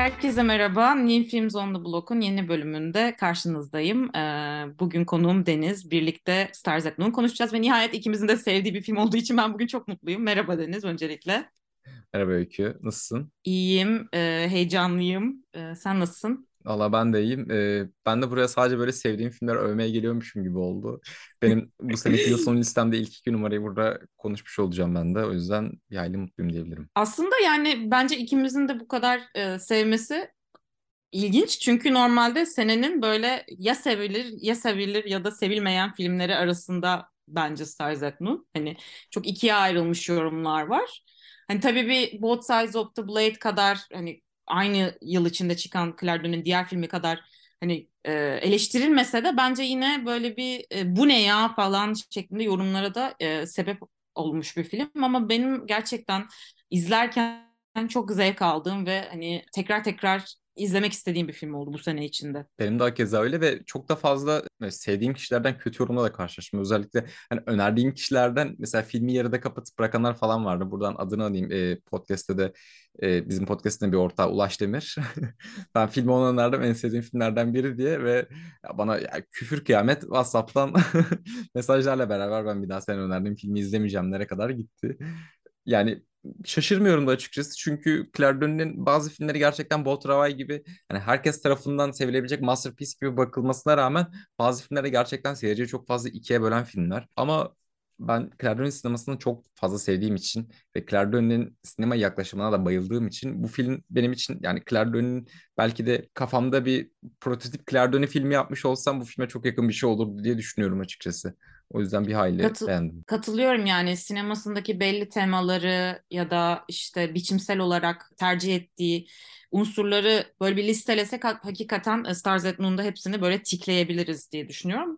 Herkese merhaba. New Films on the Block'un yeni bölümünde karşınızdayım. Bugün konuğum Deniz. Birlikte Stars at Noon konuşacağız ve nihayet ikimizin de sevdiği bir film olduğu için ben bugün çok mutluyum. Merhaba Deniz öncelikle. Merhaba Öykü, nasılsın? İyiyim, heyecanlıyım. Sen nasılsın? Valla ben de iyiyim. Ben de buraya sadece böyle sevdiğim filmleri övmeye geliyormuşum gibi oldu. Benim bu seneki yıl sonu listemde ilk iki numarayı burada konuşmuş olacağım ben de. O yüzden bir hayli mutluyum diyebilirim. Aslında yani bence ikimizin de bu kadar sevmesi İlginç çünkü normalde senenin böyle ya sevilir ya sevilir ya da sevilmeyen filmleri arasında bence Stars at Noon. Hani çok ikiye ayrılmış yorumlar var. Hani tabii bir Both Sides of the Blade kadar hani aynı yıl içinde çıkan Claire Denis'in diğer filmi kadar hani eleştirilmese de bence yine böyle bir bu ne ya falan şeklinde yorumlara da sebep olmuş bir film. Ama benim gerçekten izlerken çok zevk aldığım ve hani tekrar tekrar izlemek istediğim bir film oldu bu sene içinde. Benim de hakeza öyle ve çok da fazla sevdiğim kişilerden kötü yorumla da karşılaştım. Özellikle hani önerdiğim kişilerden mesela filmi yarıda kapatıp bırakanlar falan vardı. Buradan adını alayım. Podcast'te de bizim podcast'te bir ortağı Ulaş Demir. Ben filmi ona önerdim, en sevdiğim filmlerden biri diye ve bana küfür kıyamet WhatsApp'tan mesajlarla beraber ben bir daha senin önerdiğin filmi izlemeyeceğim nereye kadar gitti. Yani şaşırmıyorum da açıkçası, çünkü Claire Denis'in bazı filmleri gerçekten Beau Travail gibi, hani herkes tarafından sevilebilecek masterpiece gibi bakılmasına rağmen bazı filmlerde gerçekten seyirciyi çok fazla ikiye bölen filmler. Ama ben Claire Denis sinemasını çok fazla sevdiğim için ve Claire Denis'in sinema yaklaşımına da bayıldığım için bu film benim için, yani Claire Denis'in belki de kafamda bir prototip Claire Denis filmi yapmış olsam bu filme çok yakın bir şey olurdu diye düşünüyorum açıkçası. O yüzden bir hayli beğendim. Katılıyorum yani sinemasındaki belli temaları ya da işte biçimsel olarak tercih ettiği unsurları böyle bir listelesek hakikaten Stars at Noon'da hepsini böyle tikleyebiliriz diye düşünüyorum.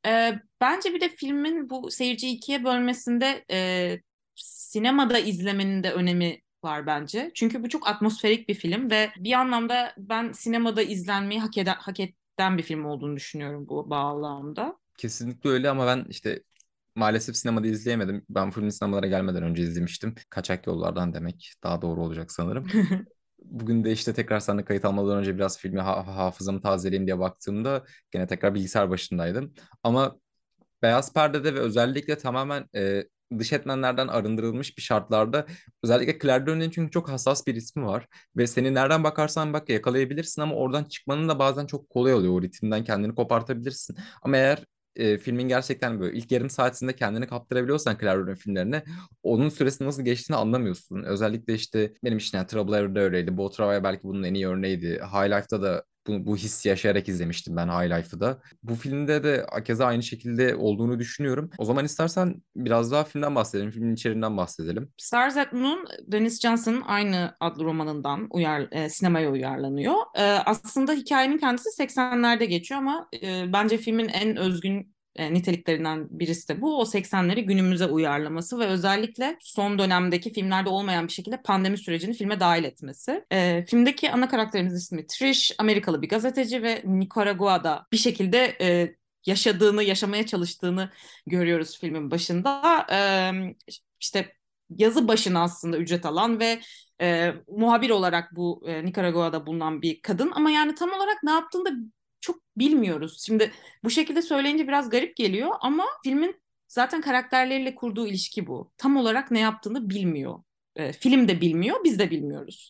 Bence bir de filmin bu seyirciyi ikiye bölmesinde sinemada izlemenin de önemi var bence. Çünkü bu çok atmosferik bir film ve bir anlamda ben sinemada izlenmeyi hak eden bir film olduğunu düşünüyorum bu bağlamda. Kesinlikle öyle ama ben işte maalesef sinemada izleyemedim. Ben filmin sinemalara gelmeden önce izlemiştim. Kaçak yollardan demek daha doğru olacak sanırım. Bugün de işte tekrar seninle kayıt almadan önce biraz filmi hafızamı tazeleyeyim diye baktığımda gene tekrar bilgisayar başındaydım. Ama Beyaz Perde'de ve özellikle tamamen dış etmenlerden arındırılmış bir şartlarda, özellikle Claire Denis'in çünkü çok hassas bir ismi var ve seni nereden bakarsan bak yakalayabilirsin ama oradan çıkmanın da bazen çok kolay oluyor. O ritimden kendini kopartabilirsin. Ama eğer filmin gerçekten böyle ilk yarım saatinde kendini kaptırabiliyorsan Claire Denis filmlerine, onun süresinin nasıl geçtiğini anlamıyorsun. Özellikle işte benim için yani Trouble Everywhere öyleydi. Beau Travail belki bunun en iyi örneğiydi. High Life'da da bu hissi yaşayarak izlemiştim ben High Life'ı da. Bu filmde de keza aynı şekilde olduğunu düşünüyorum. O zaman istersen biraz daha filmden bahsedelim, filmin içeriğinden bahsedelim. Stars at Noon, Dennis Johnson'ın aynı adlı romanından sinemaya uyarlanıyor. Aslında hikayenin kendisi 80'lerde geçiyor ama bence filmin en özgün niteliklerinden birisi de bu. O 80'leri günümüze uyarlaması ve özellikle son dönemdeki filmlerde olmayan bir şekilde pandemi sürecini filme dahil etmesi. Filmdeki ana karakterimizin ismi Trish, Amerikalı bir gazeteci ve Nikaragua'da bir şekilde yaşamaya çalıştığını görüyoruz filmin başında. İşte yazı başına aslında ücret alan ve muhabir olarak bu Nikaragua'da bulunan bir kadın ama yani tam olarak ne yaptığını da çok bilmiyoruz. Şimdi bu şekilde söyleyince biraz garip geliyor ama filmin zaten karakterleriyle kurduğu ilişki bu. Tam olarak ne yaptığını bilmiyor. Film de bilmiyor, biz de bilmiyoruz.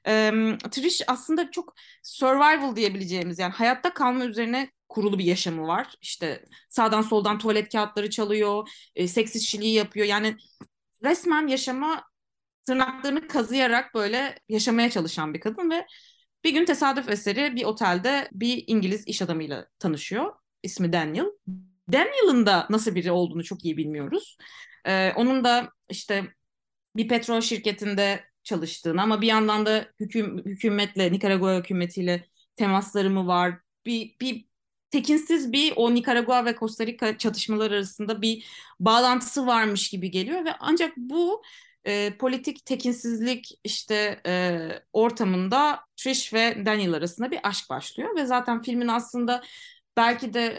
Trish aslında çok survival diyebileceğimiz yani hayatta kalma üzerine kurulu bir yaşamı var. İşte sağdan soldan tuvalet kağıtları çalıyor, seks işçiliği yapıyor. Yani resmen yaşama tırnaklarını kazıyarak böyle yaşamaya çalışan bir kadın ve bir gün tesadüf eseri bir otelde bir İngiliz iş adamıyla tanışıyor. İsmi Daniel. Daniel'ın da nasıl biri olduğunu çok iyi bilmiyoruz. Onun da işte bir petrol şirketinde çalıştığını ama bir yandan da hükümetle, Nikaragua hükümetiyle temasları mı var? Bir tekinsiz bir o Nikaragua ve Costa Rica çatışmaları arasında bir bağlantısı varmış gibi geliyor ve ancak bu politik tekinsizlik işte ortamında Trish ve Daniel arasında bir aşk başlıyor ve zaten filmin aslında belki de hani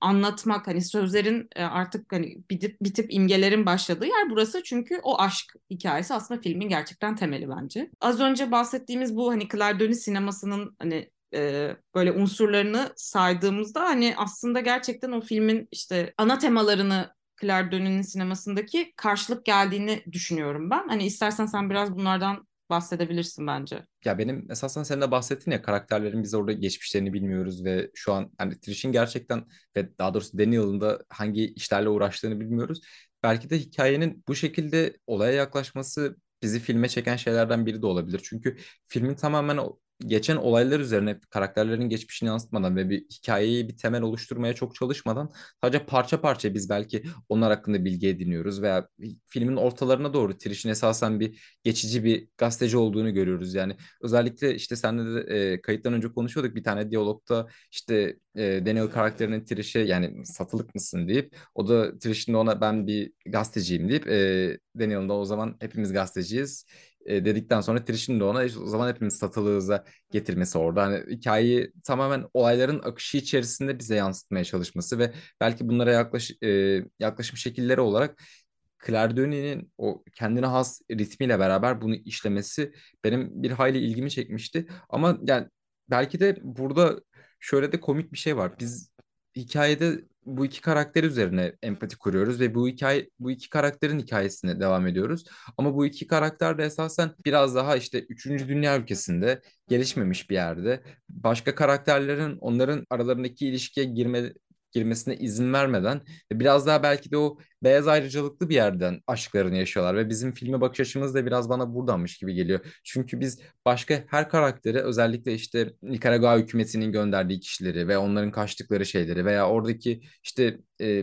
anlatmak, hani sözlerin artık hani bir tip imgelerin başladığı yer burası. Çünkü o aşk hikayesi aslında filmin gerçekten temeli bence. Az önce bahsettiğimiz bu hani Claire Denis sinemasının hani böyle unsurlarını saydığımızda hani aslında gerçekten o filmin işte ana temalarını Claire Denis'in sinemasındaki karşılık geldiğini düşünüyorum ben. Hani istersen sen biraz bunlardan bahsedebilirsin bence. Ya benim esasen senin de bahsettin ya, karakterlerin biz orada geçmişlerini bilmiyoruz ve şu an hani Trish'in gerçekten ve daha doğrusu Daniel'ın da hangi işlerle uğraştığını bilmiyoruz. Belki de hikayenin bu şekilde olaya yaklaşması bizi filme çeken şeylerden biri de olabilir. Çünkü filmin tamamen geçen olaylar üzerine karakterlerin geçmişini yansıtmadan ve bir hikayeyi bir temel oluşturmaya çok çalışmadan sadece parça parça biz belki onlar hakkında bilgi ediniyoruz veya filmin ortalarına doğru Trish'in esasen bir geçici bir gazeteci olduğunu görüyoruz. Yani özellikle işte seninle de kayıttan önce konuşuyorduk, bir tane diyalogta işte Daniel karakterinin Trish'e yani satılık mısın deyip, o da Trish'in de ona ben bir gazeteciyim deyip Daniel'ın da o zaman hepimiz gazeteciyiz dedikten sonra Trish'in de ona o zaman hepimiz satılığıza getirmesi orada. Hani hikayeyi tamamen olayların akışı içerisinde bize yansıtmaya çalışması ve belki bunlara yaklaşım şekilleri olarak Claire Denis'in o kendine has ritmiyle beraber bunu işlemesi benim bir hayli ilgimi çekmişti. Ama yani belki de burada şöyle de komik bir şey var. Biz hikayede bu iki karakter üzerine empati kuruyoruz ve bu iki karakterin hikayesine devam ediyoruz. Ama bu iki karakter de esasen biraz daha işte üçüncü dünya ülkesinde gelişmemiş bir yerde. Başka karakterlerin onların aralarındaki ilişkiye girmesine izin vermeden biraz daha belki de o beyaz ayrıcalıklı bir yerden aşklarını yaşıyorlar ve bizim filme bakış açımız da biraz bana buradanmış gibi geliyor. Çünkü biz başka her karakteri, özellikle işte Nikaragua hükümetinin gönderdiği kişileri ve onların kaçtıkları şeyleri veya oradaki işte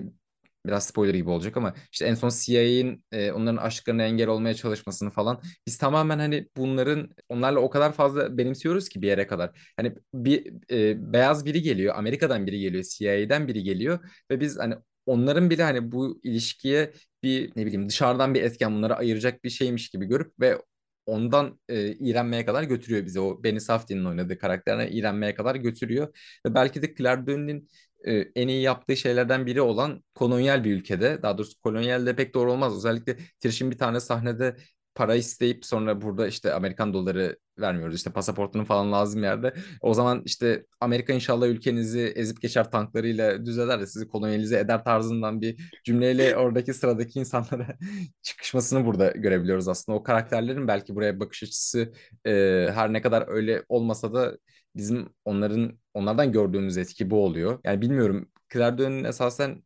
biraz spoiler gibi olacak ama işte en son CIA'in onların aşklarına engel olmaya çalışmasını falan biz tamamen hani bunların onlarla o kadar fazla benimsiyoruz ki bir yere kadar. Hani bir beyaz biri geliyor, Amerika'dan biri geliyor, CIA'den biri geliyor ve biz hani onların bile hani bu ilişkiye bir ne bileyim dışarıdan bir etken, bunları ayıracak bir şeymiş gibi görüp ve ondan iğrenmeye kadar götürüyor bizi. O Benny Safdie'nin oynadığı karakterine iğrenmeye kadar götürüyor. Ve belki de Claire Denis'in en iyi yaptığı şeylerden biri olan kolonyal bir ülkede, daha doğrusu kolonyal de pek doğru olmaz. Özellikle Trish'in bir tane sahnede para isteyip sonra burada işte Amerikan doları vermiyoruz, işte pasaportunun falan lazım yerde. O zaman işte Amerika inşallah ülkenizi ezip geçer tanklarıyla düz eder de sizi kolonyalize eder tarzından bir cümleyle oradaki sıradaki insanlara çıkışmasını burada görebiliyoruz aslında. O karakterlerin belki buraya bakış açısı her ne kadar öyle olmasa da bizim onlardan gördüğümüz etki bu oluyor. Yani bilmiyorum, Claire Denis'in esasen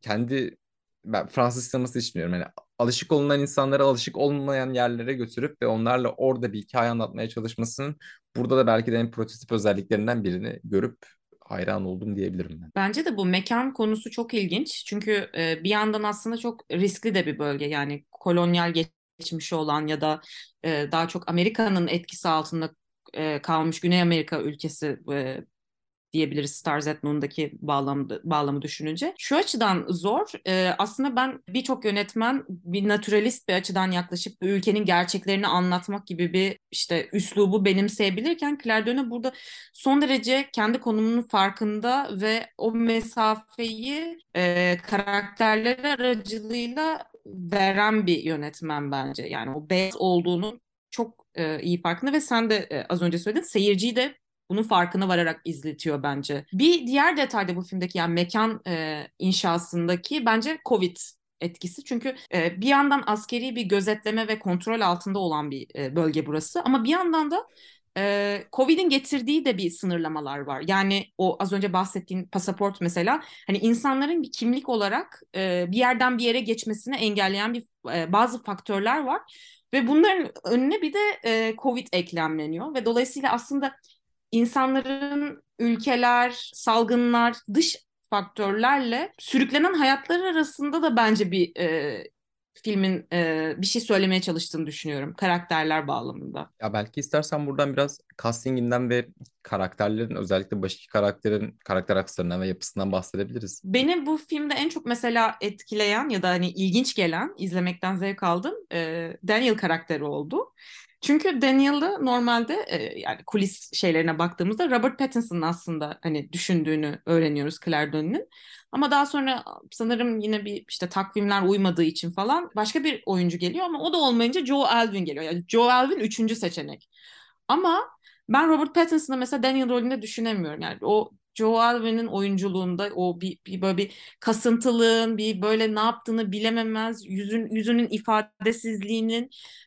ben Fransız sineması hiç bilmiyorum. Yani alışık olunan insanları alışık olmayan yerlere götürüp ve onlarla orada bir hikaye anlatmaya çalışmasının burada da belki de en prototip özelliklerinden birini görüp hayran oldum diyebilirim ben. Bence de bu mekan konusu çok ilginç. Çünkü bir yandan aslında çok riskli de bir bölge. Yani kolonyal geçmişi olan ya da daha çok Amerika'nın etkisi altında kalmış Güney Amerika ülkesi diyebiliriz Stars at Noon'daki bağlamı düşününce. Şu açıdan zor. Aslında ben birçok yönetmen bir naturalist bir açıdan yaklaşıp bu ülkenin gerçeklerini anlatmak gibi bir işte üslubu benimseyebilirken Claire Denis burada son derece kendi konumunun farkında ve o mesafeyi karakterler aracılığıyla veren bir yönetmen bence. Yani o beyaz olduğunun çok iyi farkında ve sen de az önce söyledin seyirciyi de bunun farkına vararak izletiyor bence. Bir diğer detay da bu filmdeki yani mekan inşasındaki bence Covid etkisi. Çünkü bir yandan askeri bir gözetleme ve kontrol altında olan bir bölge burası. Ama bir yandan da Covid'in getirdiği de bir sınırlamalar var. Yani o az önce bahsettiğin pasaport mesela hani insanların bir kimlik olarak bir yerden bir yere geçmesini engelleyen bazı faktörler var. Ve bunların önüne bir de Covid eklemleniyor ve dolayısıyla aslında insanların ülkeler, salgınlar, dış faktörlerle sürüklenen hayatları arasında da bence filmin bir şey söylemeye çalıştığını düşünüyorum karakterler bağlamında. Ya belki istersen buradan biraz castinginden ve karakterlerin, özellikle baştaki karakter akslarından ve yapısından bahsedebiliriz. Beni bu filmde en çok mesela etkileyen ya da hani ilginç gelen, izlemekten zevk aldım Daniel karakteri oldu. Çünkü Daniel'ı normalde yani kulis şeylerine baktığımızda Robert Pattinson'ın aslında hani düşündüğünü öğreniyoruz Claire Denis'in. Ama daha sonra sanırım yine bir işte takvimler uymadığı için falan başka bir oyuncu geliyor ama o da olmayınca Joe Alwyn geliyor. Yani Joe Alwyn üçüncü seçenek. Ama ben Robert Pattinson'ı mesela Daniel rolünde düşünemiyorum. Yani o Joe Alwyn'in oyunculuğunda o böyle bir kasıntılığın, bir böyle ne yaptığını bilememez, yüzünün ifadesizliğinin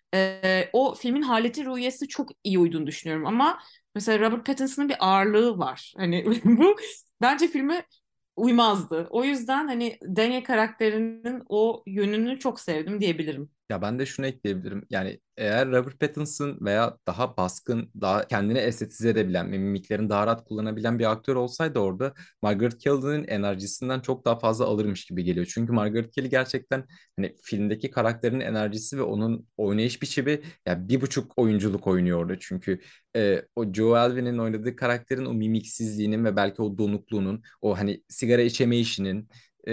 o filmin haleti ruhiyesi çok iyi uyduğunu düşünüyorum. Ama mesela Robert Pattinson'ın bir ağırlığı var. Hani bu bence filme uymazdı. O yüzden hani Daniel karakterinin o yönünü çok sevdim diyebilirim. Ya ben de şunu ekleyebilirim. Yani eğer Robert Pattinson veya daha baskın, daha kendini estetize edebilen ve mimiklerini daha rahat kullanabilen bir aktör olsaydı orada Margaret Qualley'nin enerjisinden çok daha fazla alırmış gibi geliyor. Çünkü Margaret Qualley gerçekten hani filmdeki karakterin enerjisi ve onun oynayış biçimi ya bir buçuk oyunculuk oynuyor orada. Çünkü o Joe Alwyn'in oynadığı karakterin o mimiksizliğinin ve belki o donukluğunun, o hani sigara içemeyişinin,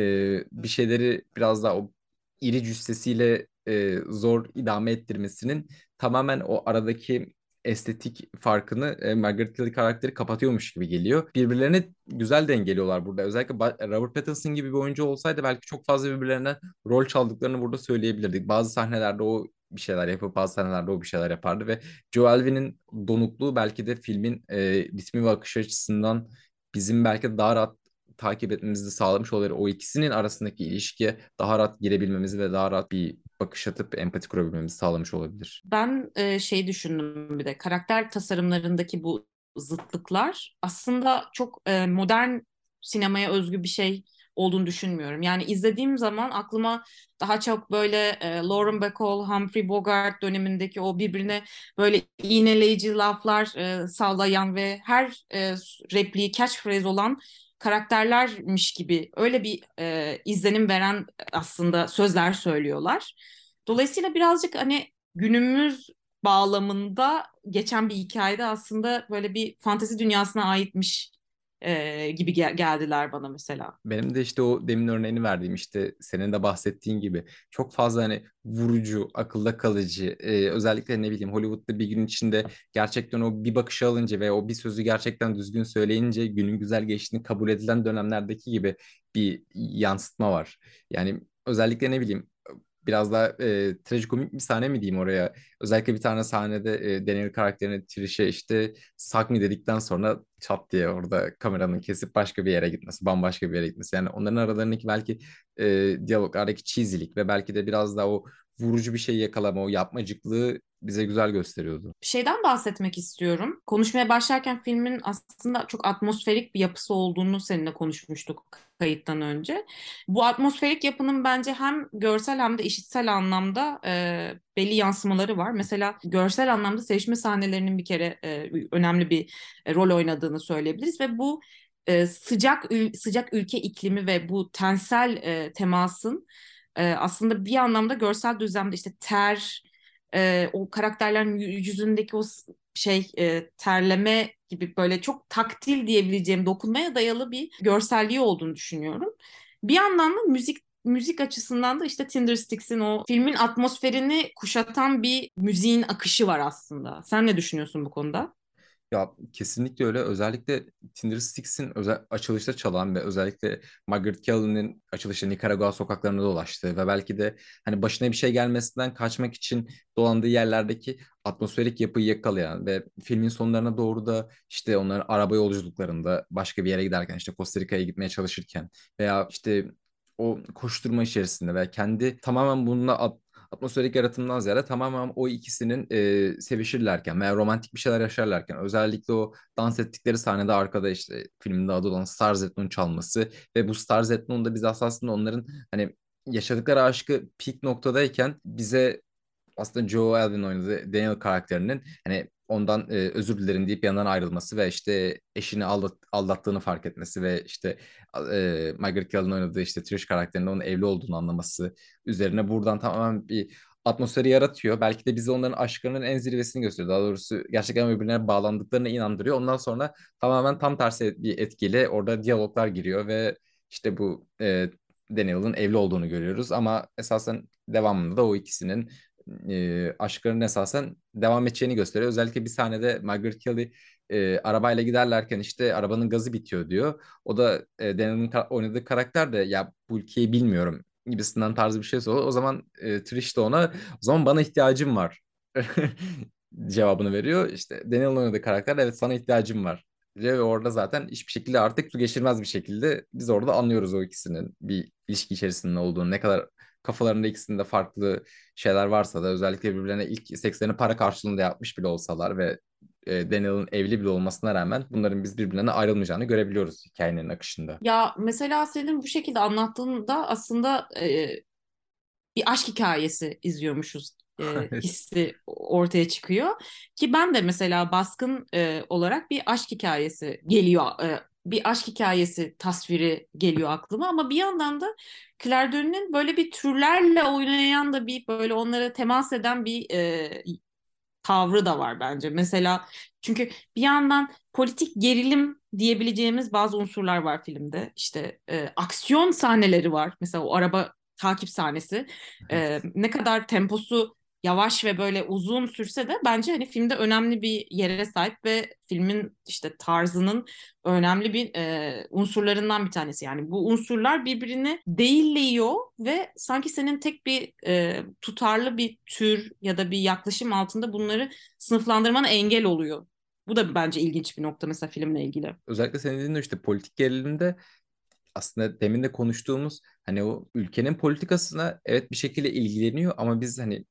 bir şeyleri biraz daha o iri cüssesiyle zor idame ettirmesinin tamamen o aradaki estetik farkını Margaret Qualley karakteri kapatıyormuş gibi geliyor. Birbirlerini güzel dengeliyorlar burada. Özellikle Robert Pattinson gibi bir oyuncu olsaydı belki çok fazla birbirlerinden rol çaldıklarını burada söyleyebilirdik. Bazı sahnelerde o bir şeyler yapıp bazı sahnelerde o bir şeyler yapardı ve Joe Alwyn'in donukluğu belki de filmin ritmi ve akış açısından bizim belki de daha rahat takip etmemizi sağlamış olabilir. O ikisinin arasındaki ilişkiye daha rahat girebilmemizi ve daha rahat bir bakış atıp empati kurabilmemizi sağlamış olabilir. Ben şey düşündüm bir de karakter tasarımlarındaki bu zıtlıklar aslında çok modern sinemaya özgü bir şey olduğunu düşünmüyorum. Yani izlediğim zaman aklıma daha çok böyle Lauren Bacall, Humphrey Bogart dönemindeki o birbirine böyle iğneleyici laflar sallayan ve her repliği catchphrase olan karakterlermiş gibi öyle bir izlenim veren aslında sözler söylüyorlar. Dolayısıyla birazcık hani günümüz bağlamında geçen bir hikayede aslında böyle bir fantezi dünyasına aitmiş gibi geldiler bana mesela. Benim de işte o demin örneğini verdiğim işte senin de bahsettiğin gibi çok fazla hani vurucu, akılda kalıcı, özellikle ne bileyim Hollywood'da bir gün içinde gerçekten o bir bakışı alınca ve o bir sözü gerçekten düzgün söyleyince günün güzel geçtiğini kabul edilen dönemlerdeki gibi bir yansıtma var. Yani özellikle ne bileyim biraz daha trajikomik bir sahne mi diyeyim oraya. Özellikle bir tane sahnede Daniel karakterine Trish'e işte sak mı dedikten sonra çat diye orada kameranın kesip başka bir yere gitmesi, bambaşka bir yere gitmesi. Yani onların aralarındaki belki diyaloglardaki cheesy'lik ve belki de biraz daha o vurucu bir şey yakalama, o yapmacıklığı bize güzel gösteriyordu. Şeyden bahsetmek istiyorum. Konuşmaya başlarken filmin aslında çok atmosferik bir yapısı olduğunu seninle konuşmuştuk kayıttan önce. Bu atmosferik yapının bence hem görsel hem de işitsel anlamda belli yansımaları var. Mesela görsel anlamda sevişme sahnelerinin bir kere önemli bir rol oynadığını söyleyebiliriz ve bu sıcak ülke iklimi ve bu tensel temasın aslında bir anlamda görsel düzlemde işte ter, o karakterlerin yüzündeki o terleme gibi böyle çok taktil diyebileceğim dokunmaya dayalı bir görselliği olduğunu düşünüyorum. Bir yandan da müzik açısından da işte Tindersticks'in o filmin atmosferini kuşatan bir müziğin akışı var aslında. Sen ne düşünüyorsun bu konuda? Ya kesinlikle öyle. Özellikle Tinder Sticks'in açılışta çalan ve özellikle Margaret Qualley'nin açılışta Nikaragua sokaklarında dolaştığı ve belki de hani başına bir şey gelmesinden kaçmak için dolandığı yerlerdeki atmosferik yapıyı yakalayan ve filmin sonlarına doğru da işte onların araba yolculuklarında başka bir yere giderken işte Costa Rica'ya gitmeye çalışırken veya işte o koşturma içerisinde ve kendi tamamen bununla atmosferik yaratımdan ziyade tamamen o ikisinin sevişirlerken veya romantik bir şeyler yaşarlarken özellikle o dans ettikleri sahnede arkada işte filmde adı olan Star Zetnon çalması ve bu Star Zetnon da biz aslında onların hani yaşadıkları aşkı peak noktadayken bize aslında Joe Alwyn oynadığı Daniel karakterinin hani ondan özür dilerim deyip yanından ayrılması ve işte eşini aldattığını fark etmesi ve işte Margaret Qualley'in oynadığı işte Trish karakterinin onun evli olduğunu anlaması üzerine buradan tamamen bir atmosferi yaratıyor. Belki de bize onların aşklarının en zirvesini gösteriyor. Daha doğrusu gerçekten birbirine bağlandıklarını inandırıyor. Ondan sonra tamamen tam tersi bir etkiyle orada diyaloglar giriyor ve işte bu Daniel'ın evli olduğunu görüyoruz ama esasen devamında da o ikisinin aşklarının esasen devam edeceğini gösteriyor. Özellikle bir sahnede Margaret Kelly arabayla giderlerken işte arabanın gazı bitiyor diyor. O da Daniel'ın oynadığı karakter de ya bu ülkeyi bilmiyorum gibisinden tarzı bir şey soruyor. O zaman Trish de ona o zaman bana ihtiyacım var cevabını veriyor. İşte Daniel'ın oynadığı karakter evet sana ihtiyacım var diyor ve orada zaten hiçbir şekilde artık su geçirmez bir şekilde biz orada anlıyoruz o ikisinin bir ilişki içerisinde olduğunu. Ne kadar kafalarında ikisinde farklı şeyler varsa da özellikle birbirlerine ilk sekslerini para karşılığında yapmış bile olsalar ve Daniel'ın evli bile olmasına rağmen bunların biz birbirlerine ayrılmayacağını görebiliyoruz hikayenin akışında. Ya mesela senin bu şekilde anlattığında aslında bir aşk hikayesi izliyormuşuz Evet. hissi ortaya çıkıyor. Ki ben de mesela baskın olarak bir aşk hikayesi geliyor. Bir aşk hikayesi tasviri geliyor aklıma ama bir yandan da Claire Denis'in böyle bir türlerle oynayan da bir böyle onlara temas eden bir tavrı da var bence. Mesela çünkü bir yandan politik gerilim diyebileceğimiz bazı unsurlar var filmde. İşte aksiyon sahneleri var. Mesela o araba takip sahnesi. Evet. Ne kadar temposu yavaş ve böyle uzun sürse de bence hani filmde önemli bir yere sahip ve filmin işte tarzının önemli bir unsurlarından bir tanesi. Yani bu unsurlar birbirini değilliyor ve sanki senin tek bir tutarlı bir tür ya da bir yaklaşım altında bunları sınıflandırmana engel oluyor. Bu da bence ilginç bir nokta mesela filmle ilgili. Özellikle senin dediğin o işte politik gerilimde aslında demin de konuştuğumuz hani o ülkenin politikasına evet bir şekilde ilgileniyor ama biz hani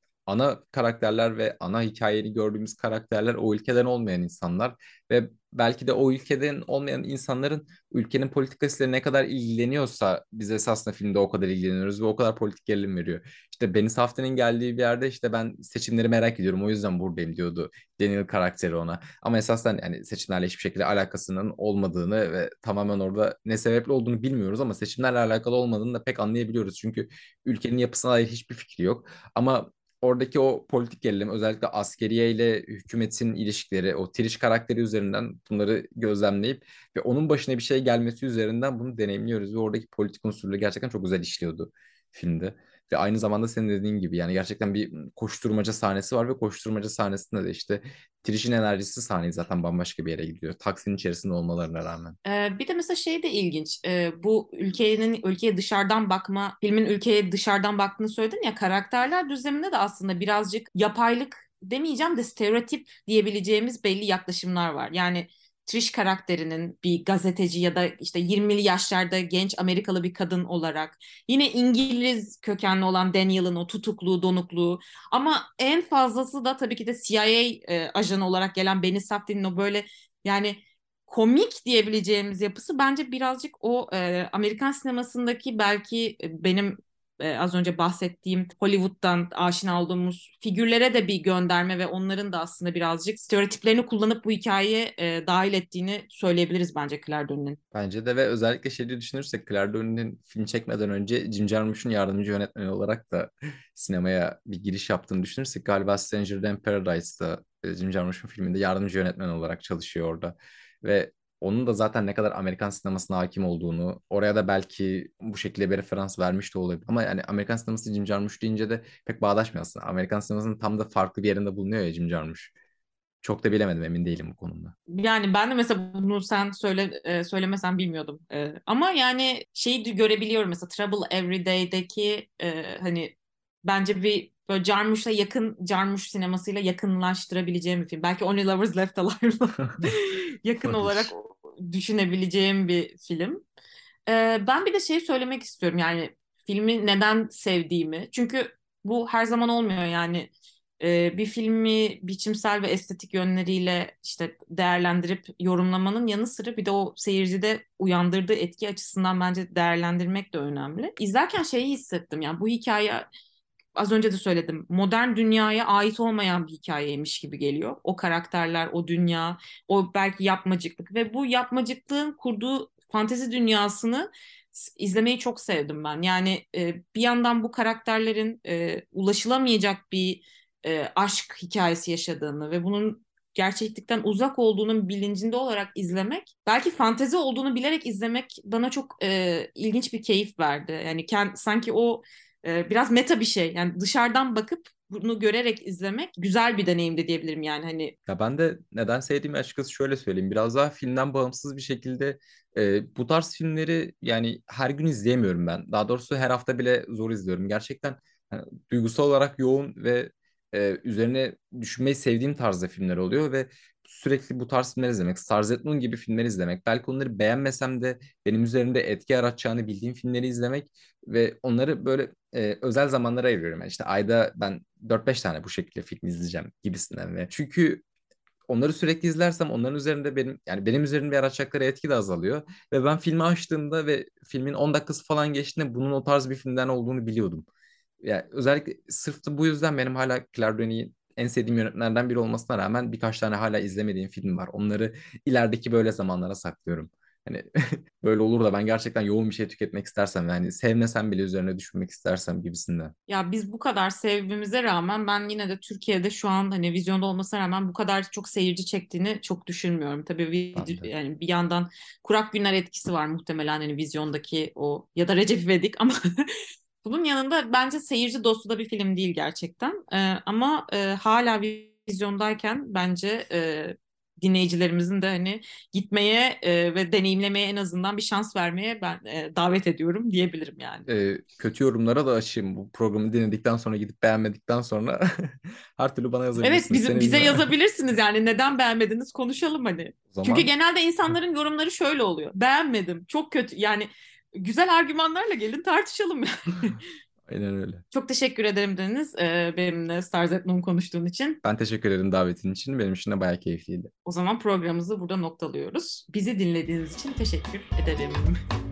ana karakterler ve ana hikayeni gördüğümüz karakterler o ülkeden olmayan insanlar ve belki de o ülkeden olmayan insanların ülkenin politikasıyla ne kadar ilgileniyorsa biz esasında filmde o kadar ilgileniyoruz ve o kadar politik gerilim veriyor. İşte Benny Safdie'nin geldiği bir yerde işte ben seçimleri merak ediyorum o yüzden buradayım diyordu Daniel karakteri ona. Ama esasen yani seçimlerle hiçbir şekilde alakasının olmadığını ve tamamen orada ne sebeple olduğunu bilmiyoruz ama seçimlerle alakalı olmadığını da pek anlayabiliyoruz. Çünkü ülkenin yapısına dair hiçbir fikri yok. Ama oradaki o politik gerilim özellikle askeriye ile hükümetin ilişkileri o Trish karakteri üzerinden bunları gözlemleyip ve onun başına bir şey gelmesi üzerinden bunu deneyimliyoruz ve oradaki politik unsurları gerçekten çok güzel işliyordu filmde. Ve aynı zamanda senin dediğin gibi yani gerçekten bir koşturmaca sahnesi var ve koşturmaca sahnesinde de işte Trish'in enerjisi sahneyi zaten bambaşka bir yere gidiyor. Taksinin içerisinde olmalarına rağmen. Bir de mesela şey de ilginç. Bu ülkeye dışarıdan bakma, filmin ülkeye dışarıdan baktığını söyledin ya karakterler düzleminde de aslında birazcık yapaylık demeyeceğim de stereotip diyebileceğimiz belli yaklaşımlar var. Yani Trish karakterinin bir gazeteci ya da işte 20'li yaşlarda genç Amerikalı bir kadın olarak yine İngiliz kökenli olan Daniel'ın o tutukluğu, donukluğu ama en fazlası da tabii ki de CIA ajanı olarak gelen Benny Safdie'nin o böyle yani komik diyebileceğimiz yapısı bence birazcık o Amerikan sinemasındaki belki benim az önce bahsettiğim Hollywood'dan aşina olduğumuz figürlere de bir gönderme ve onların da aslında birazcık stereotiplerini kullanıp bu hikayeye dahil ettiğini söyleyebiliriz bence Claire Denis'in. Bence de ve özellikle şeyi düşünürsek Claire Denis'in film çekmeden önce Jim Jarmusch'un yardımcı yönetmeni olarak da sinemaya bir giriş yaptığını düşünürsek galiba Stranger Than Paradise'da Jim Jarmusch'un filminde yardımcı yönetmen olarak çalışıyor orada. Ve onun da zaten ne kadar Amerikan sinemasına hakim olduğunu, oraya da belki bu şekilde bir referans vermiş de olabilir. Ama yani Amerikan sineması Jim Jarmusch deyince de pek bağdaşmıyor aslında. Amerikan sinemasının tam da farklı bir yerinde bulunuyor ya Jim Jarmusch. Çok da bilemedim, emin değilim bu konuda. Yani ben de mesela bunu sen söylemesen bilmiyordum. Ama yani şeyi de görebiliyorum mesela Trouble Every Day'deki hani bence bir böyle Jarmusch'la yakın Jarmusch sinemasıyla yakınlaştırabileceğim bir film. Belki Only Lovers Left Alive'la yakın olarak Olabilir. düşünebileceğim bir film. Ben bir de şey söylemek istiyorum yani filmi neden sevdiğimi. Çünkü bu her zaman olmuyor yani bir filmi biçimsel ve estetik yönleriyle işte değerlendirip yorumlamanın yanı sıra bir de o seyircide uyandırdığı etki açısından bence değerlendirmek de önemli. İzlerken şeyi hissettim yani bu hikaye az önce de söyledim modern dünyaya ait olmayan bir hikayeymiş gibi geliyor. O karakterler, o dünya, o belki yapmacıklık ve bu yapmacıklığın kurduğu fantezi dünyasını izlemeyi çok sevdim ben. Yani bir yandan bu karakterlerin ulaşılamayacak bir aşk hikayesi yaşadığını ve bunun gerçeklikten uzak olduğunun bilincinde olarak izlemek, belki fantezi olduğunu bilerek izlemek bana çok ilginç bir keyif verdi. Yani sanki o biraz meta bir şey. Yani dışarıdan bakıp bunu görerek izlemek güzel bir deneyimdi diyebilirim yani hani. Ya ben de neden sevdiğimi açıkçası şöyle söyleyeyim. Biraz daha filmden bağımsız bir şekilde bu tarz filmleri yani her gün izleyemiyorum ben. Daha doğrusu her hafta bile zor izliyorum. Gerçekten hani, duygusal olarak yoğun ve üzerine düşünmeyi sevdiğim tarzda filmler oluyor ve sürekli bu tarz filmler izlemek, Stars at Noon gibi filmler izlemek, belki onları beğenmesem de benim üzerimde etki yaratacağını bildiğim filmleri izlemek ve onları böyle özel zamanlara ayırıyorum. Yani işte ayda ben 4-5 tane bu şekilde film izleyeceğim gibisinden ve çünkü onları sürekli izlersem onların üzerinde benim üzerimde yaratacakları etki de azalıyor ve ben filmi açtığımda ve filmin 10 dakikası falan geçtiğinde bunun o tarz bir filmden olduğunu biliyordum. Yani özellikle sırf da bu yüzden benim hala Claire Denis'i en sevdiğim yönetmenlerden biri olmasına rağmen birkaç tane hala izlemediğim film var. Onları ilerideki böyle zamanlara saklıyorum. Hani böyle olur da ben gerçekten yoğun bir şey tüketmek istersem yani sevmesem bile üzerine düşünmek istersem gibisinden. Ya biz bu kadar sevmemize rağmen ben yine de Türkiye'de şu an hani vizyonda olmasına rağmen bu kadar çok seyirci çektiğini çok düşünmüyorum. Tabii Ben de. yani bir yandan Kurak Günler etkisi var muhtemelen hani vizyondaki o ya da Recep İvedik ama bunun yanında bence seyirci dostu da bir film değil gerçekten. Ama hala vizyondayken bence dinleyicilerimizin de hani gitmeye ve deneyimlemeye en azından bir şans vermeye ben davet ediyorum diyebilirim yani. Kötü yorumlara da açayım. Bu programı dinledikten sonra gidip beğenmedikten sonra her türlü bana Evet, yazabilirsiniz. Seni bize bilmem. yazabilirsiniz yani neden beğenmediniz konuşalım hani. O Çünkü zaman genelde insanların yorumları şöyle oluyor. Beğenmedim, çok kötü. Yani güzel argümanlarla gelin tartışalım yani. aynen öyle. Çok teşekkür ederim Deniz, benimle Stars at Noon konuştuğun için. Ben teşekkür ederim davetin için. Benim için de bayağı keyifliydi. O zaman programımızı burada noktalıyoruz. Bizi dinlediğiniz için teşekkür ederim.